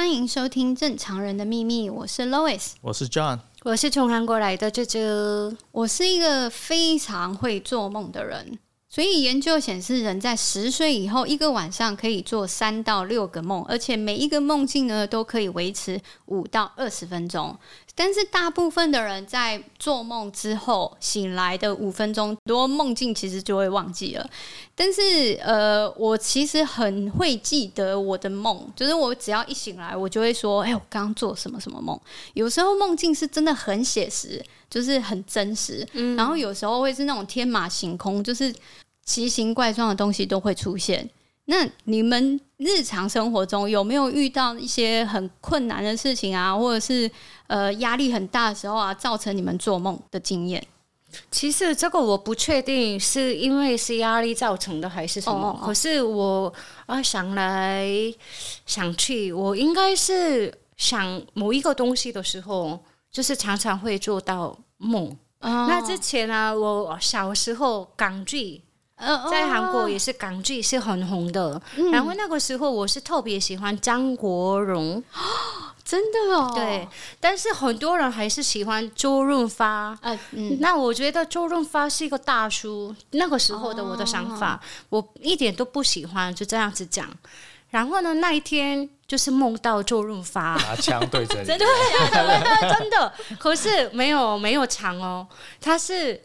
欢迎收听《正常人的秘密》，我是 Lois， 我是 John， 我是从韩国来的啾啾。 我是一个非常会做梦的人，所以研究显示，人在10岁以后，一个晚上可以做3到6个梦，而且每一个梦境呢都可以维持5到20分钟。但是大部分的人在做梦之后醒来的5分钟，很多梦境其实就会忘记了。但是我其实很会记得我的梦，就是我只要一醒来，我就会说，我刚刚做什么什么梦。有时候梦境是真的很写实，就是很真实，然后有时候会是那种天马行空，就是奇形怪状的东西都会出现。那你们日常生活中有没有遇到一些很困难的事情啊，或者是压力很大的时候啊，造成你们做梦的经验？ 其实这个我不确定是因为是压力造成的还是什么，可是我想来想去，我应该是想某一个东西的时候，就是常常会做到梦。那之前啊，我小时候港剧。在韩国也是港剧是很红的，然后那个时候我是特别喜欢张国荣， 真的哦， 对，但是很多人还是喜欢周润发，那我觉得周润发是一个大叔，那个时候的我的想法，我一点都不喜欢，就这样子讲。然后呢，那一天就是梦到周润发拿枪对着你， 真的真的，可是没有枪哦，他是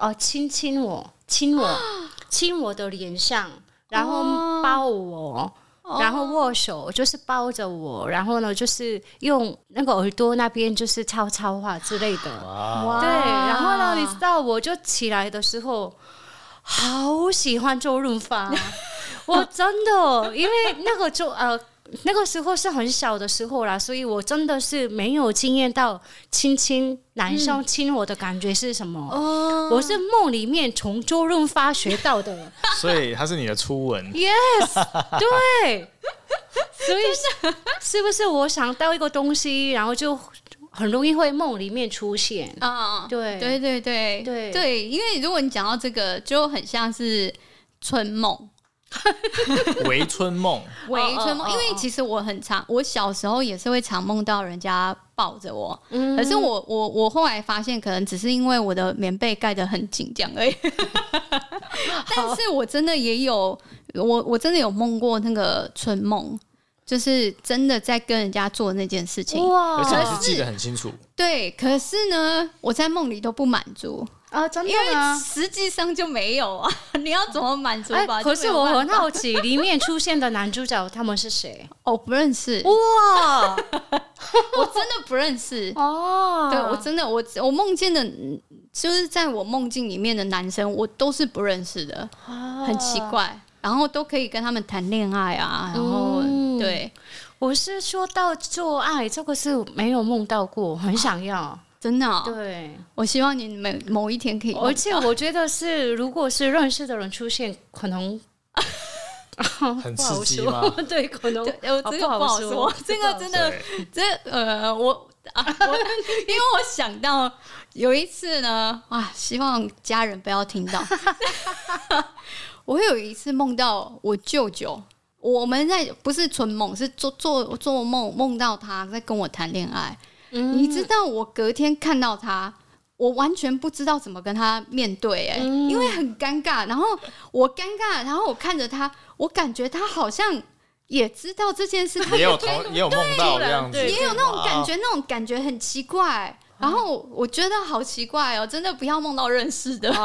亲我的脸上，然后抱我，然后握手，就是抱着我，然后呢，就是用那个耳朵那边就是悄话之类的。 哇， 对，然后呢，你知道，我就起来的时候，好喜欢周润发，我真的，因为那个时候是很小的时候啦，所以我真的是没有经验到男生亲我的感觉是什么。我是梦里面从周润发学到的， 所以他是你的初吻。 Yes， 对，所以是不是我想到一个东西，然后就很容易会梦里面出现啊？对， 因为如果你讲到这个，就很像是春梦。 微春梦， 因为其实我小时候也是会常梦到人家抱着我，可是我后来发现，可能只是因为我的棉被盖得很紧这样而已。但是我真的也有，我真的有梦过那个春梦，就是真的在跟人家做那件事情， 而且你是记得很清楚。 对，可是呢，我在梦里都不满足。 真的吗？ 因为实际上就没有啊，你要怎么满足吧？ 可是我很好奇，里面出现的男主角他们是谁？ 不认识。 哇， 我真的不认识哦。对，我真的我梦见的，就是在我梦境里面的男生，我都是不认识的，很奇怪。然后都可以跟他们谈恋爱啊，然后对， 我是说到做爱，这个是没有梦到过，很想要。 真的对， 我希望你某一天可以。 而且我觉得是，如果是认识的人出现，可能很刺激吗？ 对，可能这个不好说。这个真的，我因为我想到有一次呢，希望家人不要听到。我会有一次梦到我舅舅，我们不是纯梦，是做梦到他在跟我谈恋爱。你知道我隔天看到他，我完全不知道怎么跟他面对，因为很尴尬。然后我尴尬，然后我看着他，我感觉他好像也知道这件事， 也有梦到这样子， 也有那种感觉很奇怪。然后我觉得好奇怪哦，真的不要梦到认识的。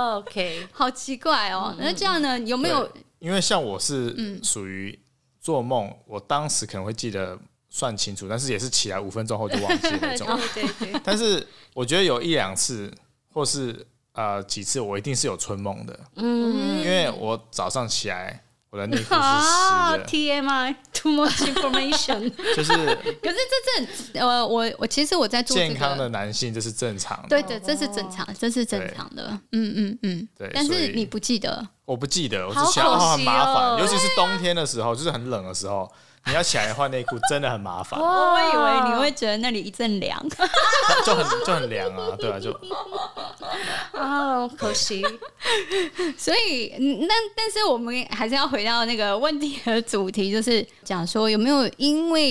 OK， 好奇怪哦。那这样呢，有没有？ 因为像我是属于做梦，我当时可能会记得算清楚，但是也是起来5分钟后就忘记那种。 对。 但是我觉得有1-2次，或是几次，我一定是有春梦的。因为我早上起来，我的内裤是湿的。 TMI too much information 就是， 可是我其实我在做健康的男性，这是正常的。 对的，这是正常的。对。但是你不记得？ 我不记得，我就想很麻烦，尤其是冬天的时候，就是很冷的时候。你要起来换内裤真的很麻烦。 我以为你会觉得那里一阵凉， 就很凉啊，对啊，就可惜。 所以但是我们还是要回到那个问题的主题，就是讲说有没有因为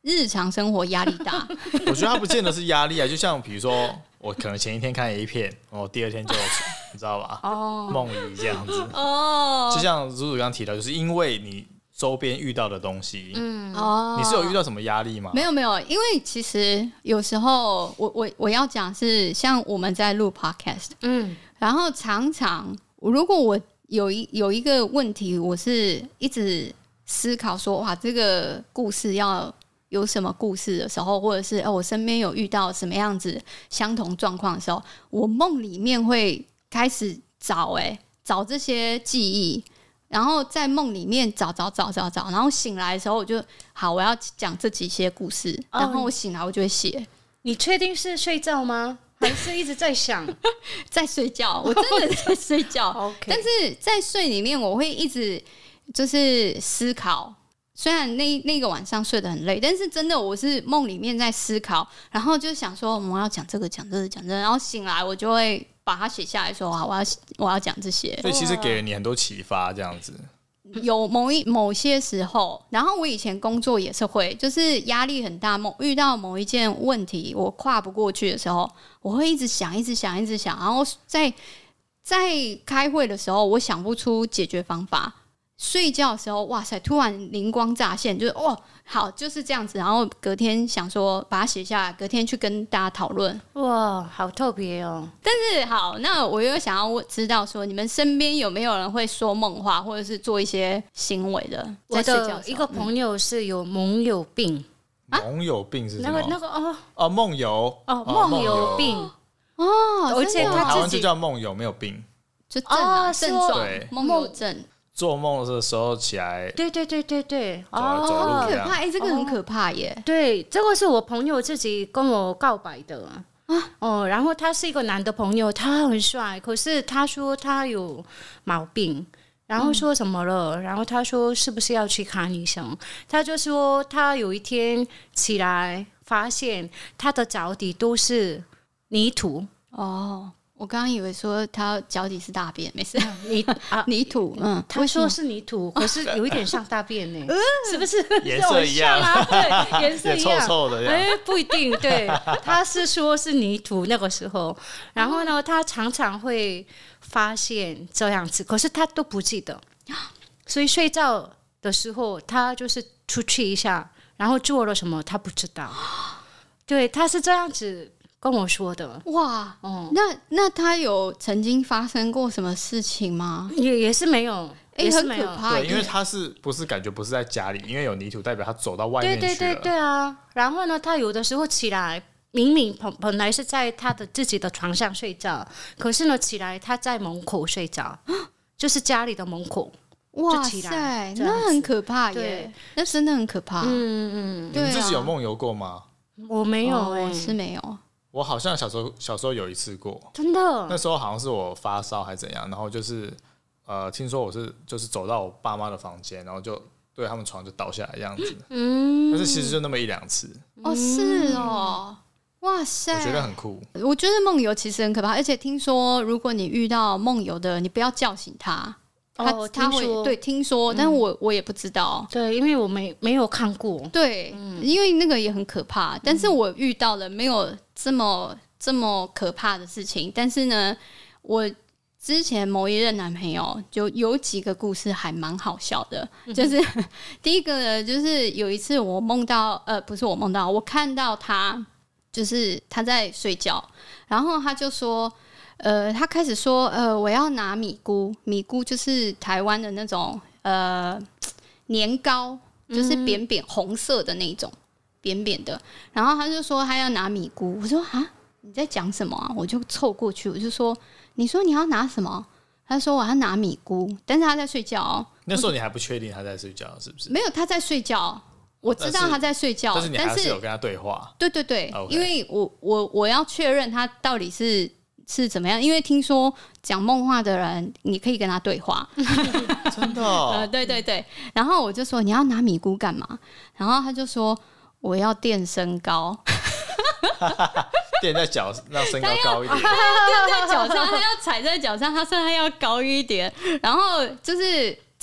日常生活压力大。 我觉得它不见得是压力啊，就像比如说我可能前一天看 A 片，第二天就你知道吧？梦遗这样子。就像祖祖刚刚提到，就是因为你周边遇到的东西，你是有遇到什么压力吗？ 没有，因为其实有时候我要讲是像我们在录 podcast，然后常常如果我有一个问题，我是一直思考说，哇，这个故事要有什么故事的时候，或者是我身边有遇到什么样子相同状况的时候，我梦里面会开始找这些记忆，然后在梦里面找，然后醒来的时候我要讲这几些故事，然后我醒来我就会写。 你确定是睡觉吗？还是一直在想？ 在睡觉，我真的在睡觉。 OK， 但是在睡里面我会一直就是思考。虽然那个晚上睡得很累，但是真的我是梦里面在思考，然后就想说我们要讲这个，然后醒来我就会把它写下来说，我要讲这些。 所以其实给了你很多启发，这样子。 有某些时候，然后我以前工作也是会，就是压力很大，遇到某一件问题我跨不过去的时候，我会一直想，然后在开会的时候我想不出解决方法，睡觉的时候哇塞突然灵光乍现，就是好就是这样子，然后隔天想说把它写下来，隔天去跟大家讨论。 哇，好特别哦！ 但是好，那我又想要知道说，你们身边有没有人会说梦话，或者是做一些行为的？在睡觉的时候， 我的一个朋友是有梦游病。 梦游病是什么？ 那个梦游梦游病而且他台湾就叫梦游，没有病， 就症状， 对， 梦游症。 做梦的时候起来， 对， 走路很可怕，这个很可怕耶。 对，这个是我朋友自己跟我告白的然后他是一个男的朋友，他很帅，可是他说他有毛病，然后说什么了，然后他说是不是要去看医生？他就说他有一天起来发现他的脚底都是泥土。 我刚刚以为说他脚底是大便，没事，泥土， 他说是泥土，可是有一点像大便呢，是不是？ 颜色一样啊，对，颜色一样， 臭臭的， 不一定，对，他是说是泥土那个时候，然后呢，他常常会发现这样子，可是他都不记得，所以睡觉的时候他就是出去一下，然后做了什么他不知道，对，他是这样子跟我说的。 哇，那他有曾经发生过什么事情吗？ 也是没有，也是没有， 很可怕。 对，因为他感觉不是在家里，因为有泥土，代表他走到外面去了。 对啊。然后呢，他有的时候起来，明明本来是在他的自己的床上睡觉，可是呢，起来他在门口睡觉，就是家里的门口。 哇塞，那很可怕耶！那真的很可怕。 你们自己有梦游过吗？ 我没有我是没有。 我好像小时候有一次过， 真的。那时候好像是我发烧还怎样，然后就是听说我就是走到我爸妈的房间，然后就对他们床就倒下来这样子。但是其实就那么一两次。 是哦，哇塞， 我觉得很酷。 我觉得梦游其实很可怕，而且听说如果你遇到梦游的，你不要叫醒他。他会对听说，但是我也不知道。 对，因为我没有看过。 对，因为那个也很可怕。但是我遇到了没有这么可怕的事情。但是呢，我之前某一任男朋友就有几个故事还蛮好笑的。就是第一个呢，就是有一次我梦到，不是我梦到，我看到他，就是他在睡觉，然后他就说。他开始说，我要拿米菇就是台湾的那种年糕，就是扁扁红色的那种扁扁的。然后他就说他要拿米菇，我说啊，你在讲什么啊？我就凑过去，我就说，你说你要拿什么？他说我要拿米菇，但是他在睡觉哦。 那时候你还不确定他在睡觉是不是？ 没有，他在睡觉。我知道他在睡觉， 但是你还是有跟他对话。 对， okay. 因为我要确认他到底是怎么样？因为听说讲梦话的人，你可以跟他对话， 真的、 对。然后我就说你要拿米菇干嘛？然后他就说我要垫身高， 垫在脚，让身高高一点。 垫在脚上，他要踩在脚上，他说他要高一点。然后就是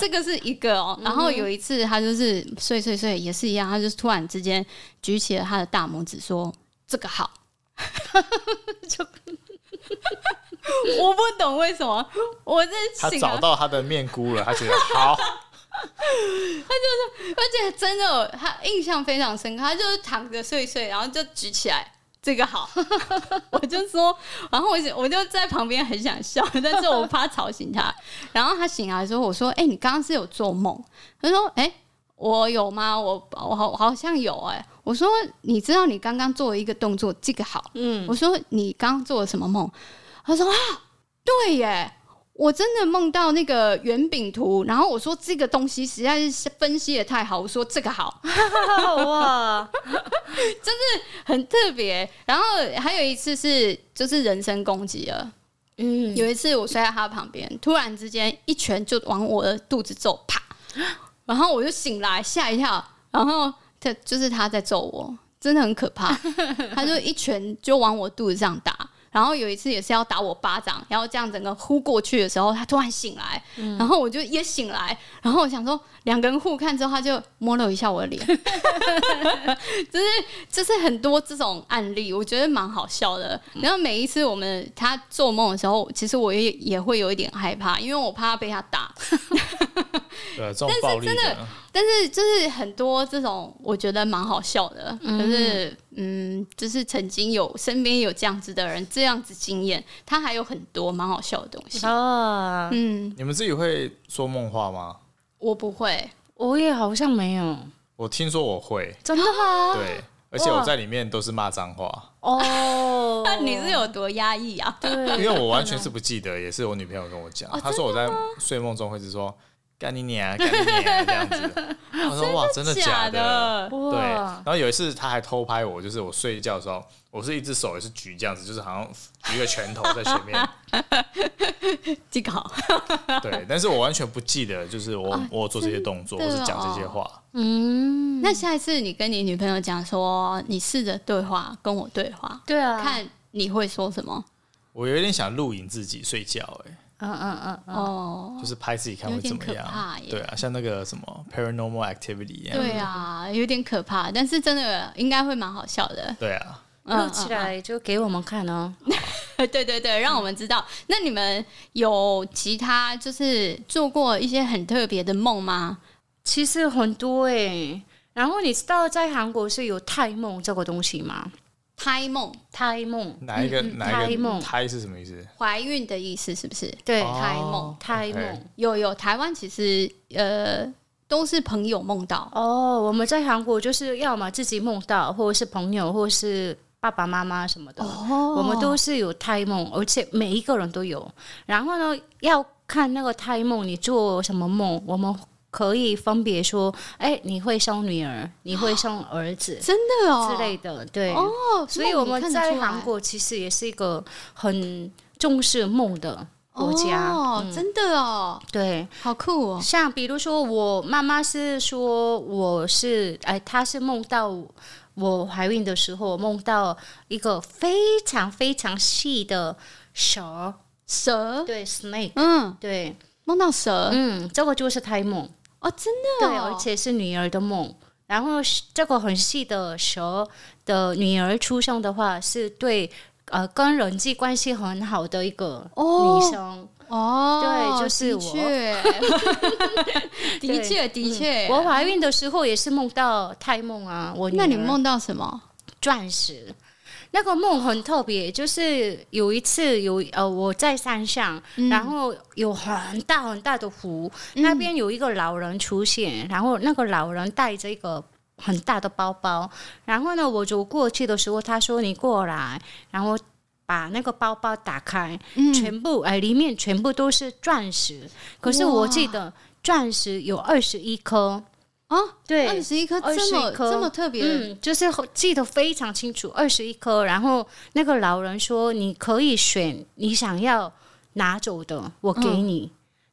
这个是一个哦。然后有一次他就是睡也是一样，他就是突然之间举起了他的大拇指说这个好。就我不懂为什么，我在他找到他的面菇了，他觉得好。 他就是，而且真的，他印象非常深刻。他就是躺着睡，然后就举起来，这个好。我就说，然后我就在旁边很想笑，但是我怕吵醒他。然后他醒来的时候，我说：“你刚刚是有做梦？”他说：“我有吗？我好像有我说：“你知道你刚刚做了一个动作，这个好。”我说：“你刚刚做了什么梦？”他说：“对耶。”我真的梦到那个圆饼图，然后我说这个东西实在是分析的太好，我说这个好，哇，真是很特别。然后还有一次就是人身攻击了，有一次我睡在他旁边，突然之间一拳就往我的肚子揍，啪，然后我就醒来吓一跳，然后他在揍我，真的很可怕，他就一拳就往我肚子上打。然后有一次也是要打我巴掌，然后这样整个呼过去的时候，他突然醒来，然后我就也醒来，然后我想说两个人互看之后，他就摸了一下我的脸，就是很多这种案例，我觉得蛮好笑的。然后每一次他做梦的时候，其实我也会有一点害怕，因为我怕被他打。 对，这种暴力的。 但是就是很多这种我觉得蛮好笑的，可是就是曾经身边有这样子的人，这样子经验，他还有很多蛮好笑的东西。 你们自己会说梦话吗？ 我不会， 我也好像没有。 我听说我会， 真的吗？ 对，而且我在里面都是骂脏话。 那你是有多压抑啊？ 对， 因为我完全是不记得，也是我女朋友跟我讲，她说我在睡梦中会是说。干你娘这样子，我说哇，真的假的？对。然后有一次他还偷拍我，就是我睡觉的时候，我是一只手也是举这样子，就是好像举一个拳头在前面。 这个好。 对，但是我完全不记得，就是我做这些动作，我是讲这些话。 那下一次你跟你女朋友讲说，你试着跟我对话， 对啊， 看你会说什么？ 我有点想录影自己睡觉，就是拍自己看会怎么样？对啊，像那个什么 Paranormal Activity 一样。 对啊，有点可怕，但是真的应该会蛮好笑的。 对啊， 录起来就给我们看哦。 对，让我们知道。那你们有其他就是做过一些很特别的梦吗？ 其实很多然后你知道在韩国是有胎梦这个东西吗？胎梦， 哪一个胎是什么意思？ 怀孕的意思是不是？ 对， 胎梦有台湾其实都是朋友梦到我们在韩国就是要么自己梦到，或者是朋友，或者是爸爸妈妈什么的，我们都是有胎梦，而且每一个人都有。然后呢，要看那个胎梦你做什么梦，我们可以分别说，你会生女儿，你会生儿子， 真的之类的，对所以我们在韩国其实也是一个很重视梦的国家真的对， 好酷像比如说我妈妈是说她是梦到我怀孕的时候梦到一个非常非常细的蛇，对 snake， 对， 梦到蛇， 这个就是胎梦真的对，而且是女儿的梦。然后这个很细的蛇的女儿出生的话，是对跟人际关系很好的一个女生。对，就是我。 的确， 我怀孕的时候也是梦到胎梦啊。 那你梦到什么？ 钻石。那个梦很特别，就是有一次我在山上，然后有很大很大的湖，那边有一个老人出现，然后那个老人带着一个很大的包包，然后呢我走过去的时候，他说你过来，然后把那个包包打开，全部里面全部都是钻石，可是我记得钻石有21颗。对 ，21颗，这么特别， 就是记得非常清楚，21颗。然后那个老人说，你可以选你想要拿走的，我给你，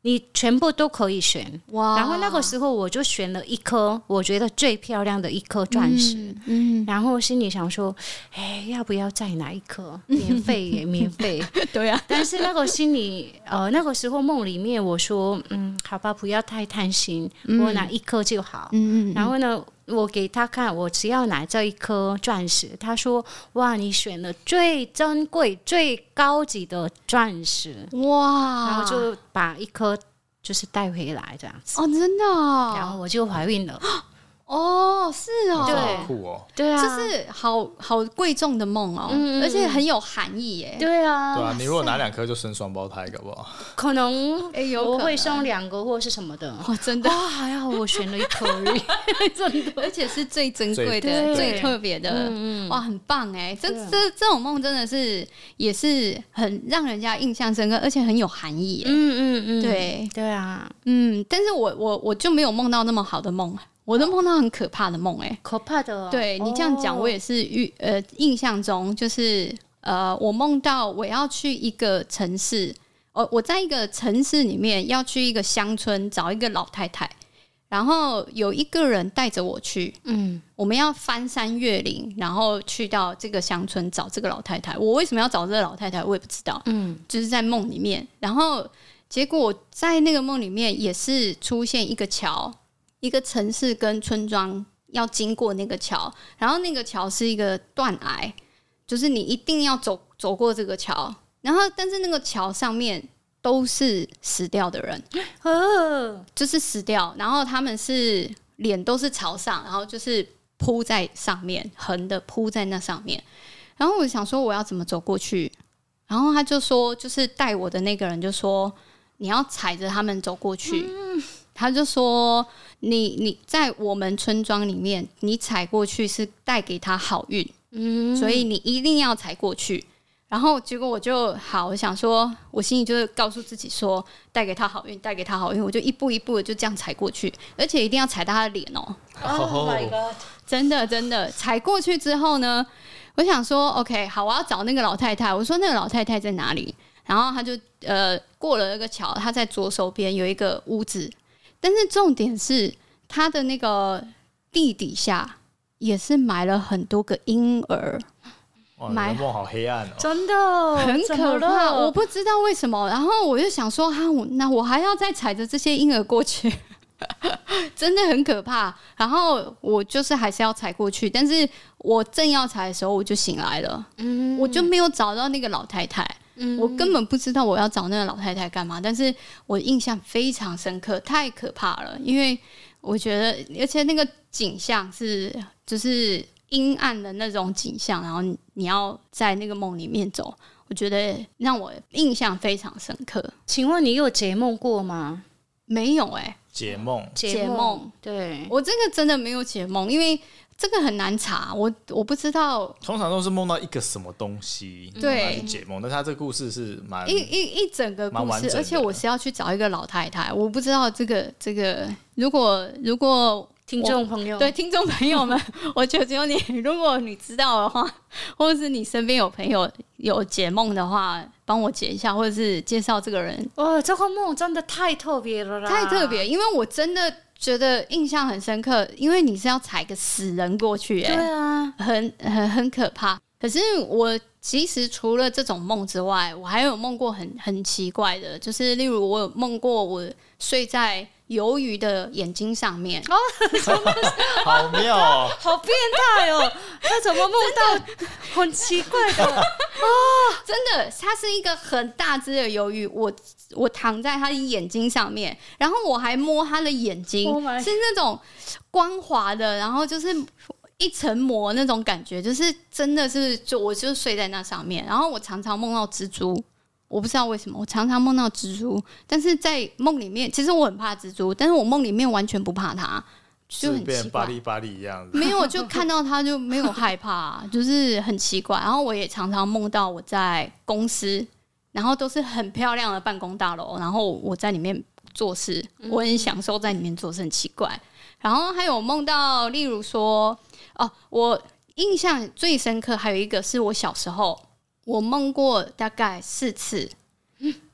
你全部都可以选。哇！然后那个时候我就选了一颗我觉得最漂亮的一颗钻石，然后心里想说，哎，要不要再拿一颗？免费耶，免费。 对啊。 但是那个心里那个时候梦里面我说，好吧，不要太贪心，我拿一颗就好。然后呢，我给他看，我只要拿这一颗钻石。他说：“哇，你选了最珍贵、最高级的钻石，哇！”然后就把一颗就是带回来这样子。 哦，真的哦。 然后我就怀孕了。 哦，是哦， 对，好酷哦， 对啊， 就是好贵重的梦哦，而且很有含义耶。 对啊， 对啊，你如果拿2颗就生双胞胎，搞不好可能我会生2个或是什么的。 哇，真的还好我选了一颗而已， 真的，而且是最珍贵的、最特别的。哇，很棒哎！这种梦真的是也是很让人家印象深刻，而且很有含义。对对啊， 但是我就没有梦到那么好的梦。我都梦到很可怕的梦， 可怕的。 对你这样讲，我也是印象中就是我梦到我要去一个城市，我在一个城市里面要去一个乡村找一个老太太，然后有一个人带着我去，我们要翻山越岭，然后去到这个乡村找这个老太太。我为什么要找这个老太太，我也不知道，就是在梦里面，然后结果在那个梦里面也是出现一个桥。一个城市跟村庄要经过那个桥，然后那个桥是一个断崖，就是你一定要走过这个桥，然后但是那个桥上面都是死掉的人，就是死掉，然后他们是脸都是朝上，然后就是铺在上面，横的铺在那上面，然后我想说我要怎么走过去，然后他就说，就是带我的那个人就说你要踩着他们走过去，他就说你在我们村庄里面，你踩过去是带给他好运，所以你一定要踩过去。然后结果我想说，我心里就是告诉自己说，带给他好运，带给他好运，我就一步一步的就这样踩过去，而且一定要踩到他的脸哦。 Oh my god！ 真的踩过去之后呢，我想说 OK 好，我要找那个老太太。我说那个老太太在哪里？然后他就过了那个桥，他在左手边有一个屋子。但是重点是，他的那个地底下也是埋了很多个婴儿。 哇，你的梦好黑暗哦， 真的很可怕，我不知道为什么。然后我就想说，那我还要再踩着这些婴儿过去，真的很可怕。然后我就是还是要踩过去，但是我正要踩的时候，我就醒来了，我就没有找到那个老太太。我根本不知道我要找那个老太太干嘛，但是我印象非常深刻，太可怕了。因为我觉得，而且那个景象是就是阴暗的那种景象，然后你要在那个梦里面走，我觉得让我印象非常深刻。 请问你有解梦过吗？ 没有解梦， 对， 我这个真的没有解梦，因为这个很难查，我不知道。 通常都是梦到一个什么东西， 对， 去解梦。但他这个故事是蛮一整个故事，而且我是要去找一个老太太，我不知道这个，如果听众朋友， 对听众朋友们，我求求你，如果你知道的话，或者是你身边有朋友有解梦的话，帮我解一下，或者是介绍这个人。 这个梦真的太特别了啦， 太特别，因为我真的觉得印象很深刻，因为你是要踩个死人过去， 对啊， 很可怕。可是我其实除了这种梦之外，我还有梦过很奇怪的，就是例如我有梦过我睡在鱿鱼的眼睛上面， 好妙哦， 好变态哦！他怎么梦到很奇怪的真的，它是一个很大只的鱿鱼，我躺在他的眼睛上面，然后我还摸他的眼睛，是那种光滑的，然后就是一层膜那种感觉，就是真的是我就睡在那上面，然后我常常梦到蜘蛛。我不知道为什么，我常常梦到蜘蛛，但是在梦里面，其实我很怕蜘蛛，但是我梦里面完全不怕它，就很奇怪， 巴黎一样子。 没有，就看到它就没有害怕，就是很奇怪。然后我也常常梦到我在公司，然后都是很漂亮的办公大楼，然后我在里面做事，我很享受在里面做事，很奇怪。然后还有梦到，例如说，我印象最深刻还有一个是我小时候。我梦过大概4次，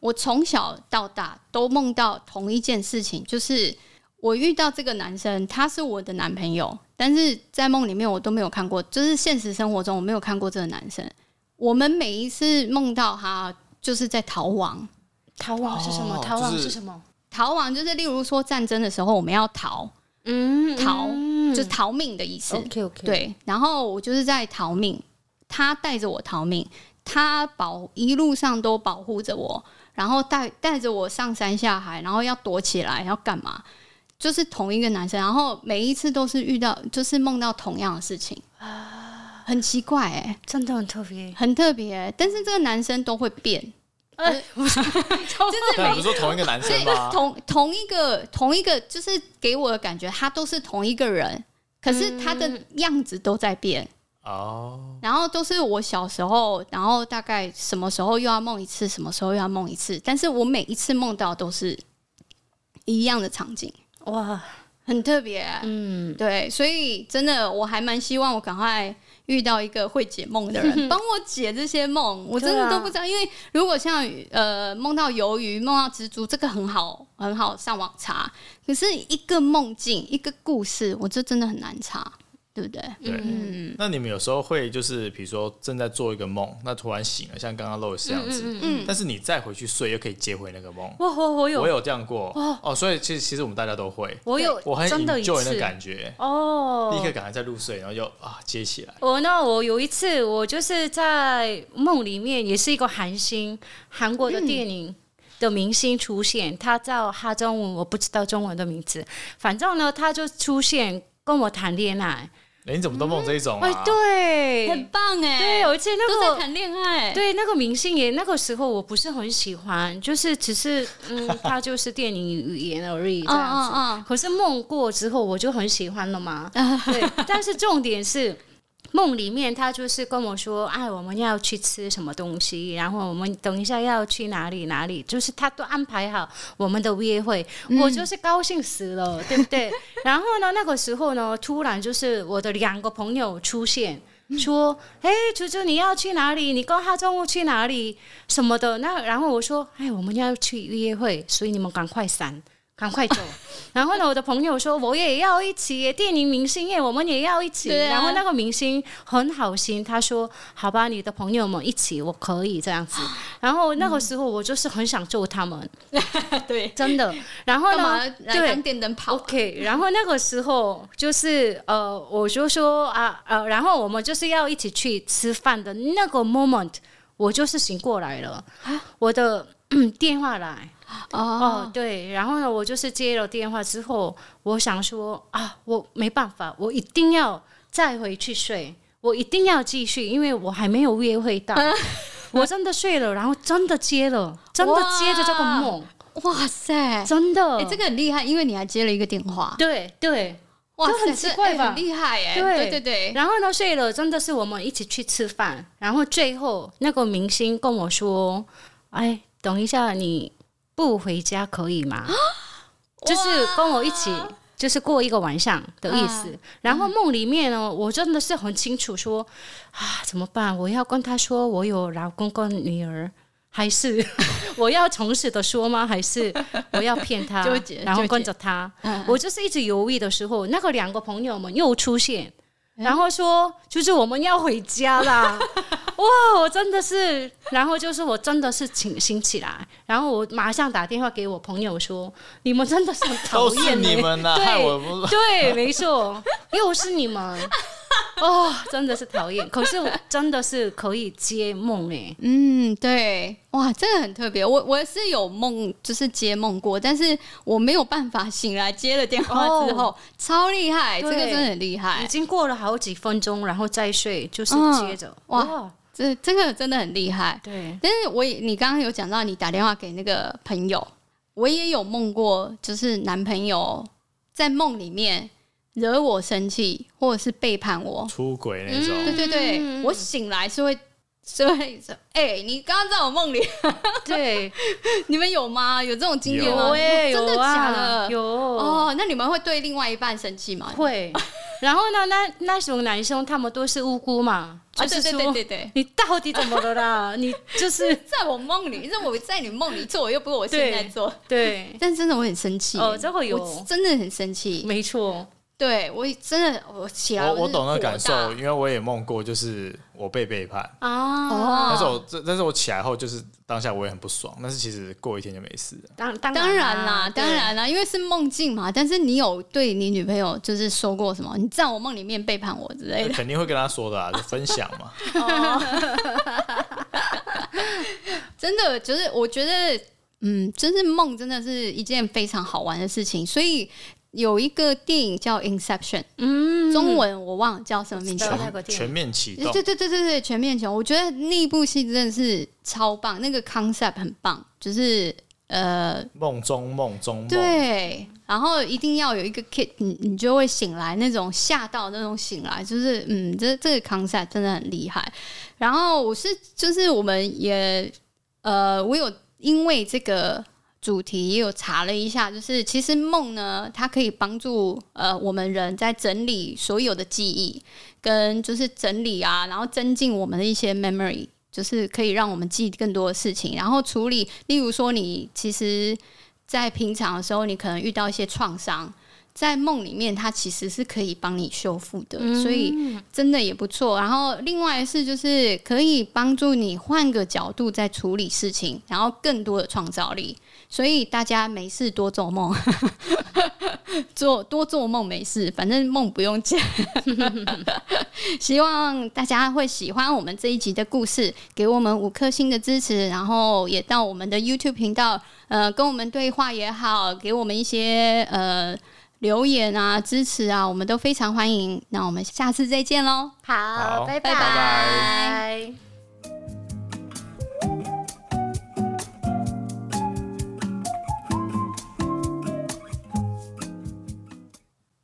我从小到大都梦到同一件事情，就是我遇到这个男生，他是我的男朋友，但是在梦里面我都没有看过，就是现实生活中我没有看过这个男生。我们每一次梦到他，就是在逃亡。 逃亡是什么？逃亡是什么？ 逃亡就是例如说战争的时候，我们要逃，就是逃命的意思。 OK， 对。然后我就是在逃命，他带着我逃命，他一路上都保护着我，然后带着我上山下海，然后要躲起来，要干嘛？就是同一个男生，然后每一次都是就是梦到同样的事情，很奇怪真的很特别， 很特别。但是这个男生都会变。就是不是说同一个男生吗？ 同一个，就是给我的感觉，他都是同一个人，可是他的样子都在变然后都是我小时候，然后大概什么时候又要梦一次，什么时候又要梦一次，但是我每一次梦到都是一样的场景，哇，很特别。对，所以真的我还蛮希望我赶快遇到一个会解梦的人，帮我解这些梦。我真的都不知道，因为如果像梦到鱿鱼、梦到蜘蛛，这个很好上网查。可是一个梦境、一个故事，我这真的很难查，对不对？ 对。那你们有时候会就是比如说正在做一个梦，那突然醒了，像刚刚 Lois 这样子，但是你再回去睡又可以接回那个梦。 我有这样过所以其实我们大家都会。我很 enjoy 那感觉立刻赶快再入睡，然后又接起来。 我有一次我就是在梦里面，也是一个韩国的电影的明星出现，他叫哈中文，我不知道中文的名字，反正呢他就出现跟我谈恋爱。 你怎么都梦这一种对， 很棒对，而且都在谈恋爱。 对，那个明星也那个时候我不是很喜欢，就是只是他就是电影语言而已这样子。可是梦过之后我就很喜欢了嘛。对，但是重点是梦里面他就是跟我说我们要去吃什么东西，然后我们等一下要去哪里，就是他都安排好我们的约会，我就是高兴死了，对不对？然后呢那个时候呢突然就是我的2个朋友出现，说球球你要去哪里，你跟他中午去哪里什么的。然后我说我们要去约会，所以你们赶快走。然后呢我的朋友说我也要一起耶，电影明星耶，我们也要一起。然后那个明星很好心，他说好吧，你的朋友们一起，我可以这样子。然后那个时候我就是很想救他们对， 真的。然后呢来当电灯泡 OK。 然后那个时候就是我就说然后我们就是要一起去吃饭的那个 moment， 我就是醒过来了我的电话来对，然后呢我就是接了电话之后，我想说我没办法，我一定要再回去睡，我一定要继续，因为我还没有约会到我真的睡了，然后真的接了，真的接着这个梦。 哇塞， 真的这个很厉害，因为你还接了一个电话。 对， 哇， 就很奇怪吧， 很厉害耶。对。 然后呢睡了，真的是我们一起去吃饭，然后最后那个明星跟我说等一下你不回家可以吗？就是跟我一起就是过一个晚上的意思。然后梦里面呢我真的是很清楚说怎么办，我要跟他说我有老公跟女儿，还是我要诚实的说吗？还是我要骗他然后跟着他我就是一直犹豫的时候，那个2个朋友们又出现，然后说就是我们要回家啦哇，我真的是，然后就是我真的是醒起来，然后我马上打电话给我朋友说你们真的是很讨厌，都是你们啊，害我不对，没错，又是你们真的是讨厌。可是真的是可以接梦对，哇，这个很特别。我是有梦，就是接梦过，但是我没有办法醒来接了电话之后超厉害，这个真的很厉害。 已经过了好几分钟，然后再睡，就是接着哇，这个真的很厉害。 对， 但是你刚刚有讲到你打电话给那个朋友，我也有梦过，就是男朋友在梦里面惹我生气，或者是背叛我、 出轨那种。 对，我醒来是会你刚刚在我梦里对你们有吗？有这种经验吗？ 有真的假的？ 有那你们会对另外一半生气吗？ 会然后呢，那种男生他们都是无辜嘛，就是说， 对， 你到底怎么了啦？你就是在我梦里，是我在你梦里做，又不是我现在做。 对， 但真的我很生气这会有， 我真的很生气， 没错。 对我真的，我起来我懂那感受，因为我也梦过，就是我被背叛啊。 但是我起来后，就是当下我也很不爽，但是其实过一天就没事了。 当然啦，因为是梦境嘛。但是你有对你女朋友就是说过什么？你在我梦里面背叛我之类的？ 肯定会跟她说的啊，就分享嘛。 真的就是我觉得，就是梦真的是一件非常好玩的事情，所以。有一个电影叫《Inception》，中文我忘了叫什么名字， 全面启动。 对，全面启动。我觉得那部戏真的是超棒，那个 concept 很棒，就是梦中梦。 对，然后一定要有一个 kid， 你就会醒来，那种吓到那种醒来，就是这个 concept 真的很厉害。然后我们也我有因为这个。主题也有查了一下，就是其实梦呢，它可以帮助我们人在整理所有的记忆，跟就是整理啊，然后增进我们的一些 memory， 就是可以让我们记更多的事情，然后处理，例如说你其实在平常的时候，你可能遇到一些创伤。在梦里面，它其实是可以帮你修复的，所以真的也不错。然后另外是就是可以帮助你换个角度在处理事情，然后更多的创造力。所以大家没事多做梦，多做梦没事，反正梦不用讲。希望大家会喜欢我们这一集的故事，给我们5颗星的支持，然后也到我们的 YouTube 频道，跟我们对话也好，给我们一些留言啊，支持啊，我们都非常欢迎。那我们下次再见喽！ 好，拜拜。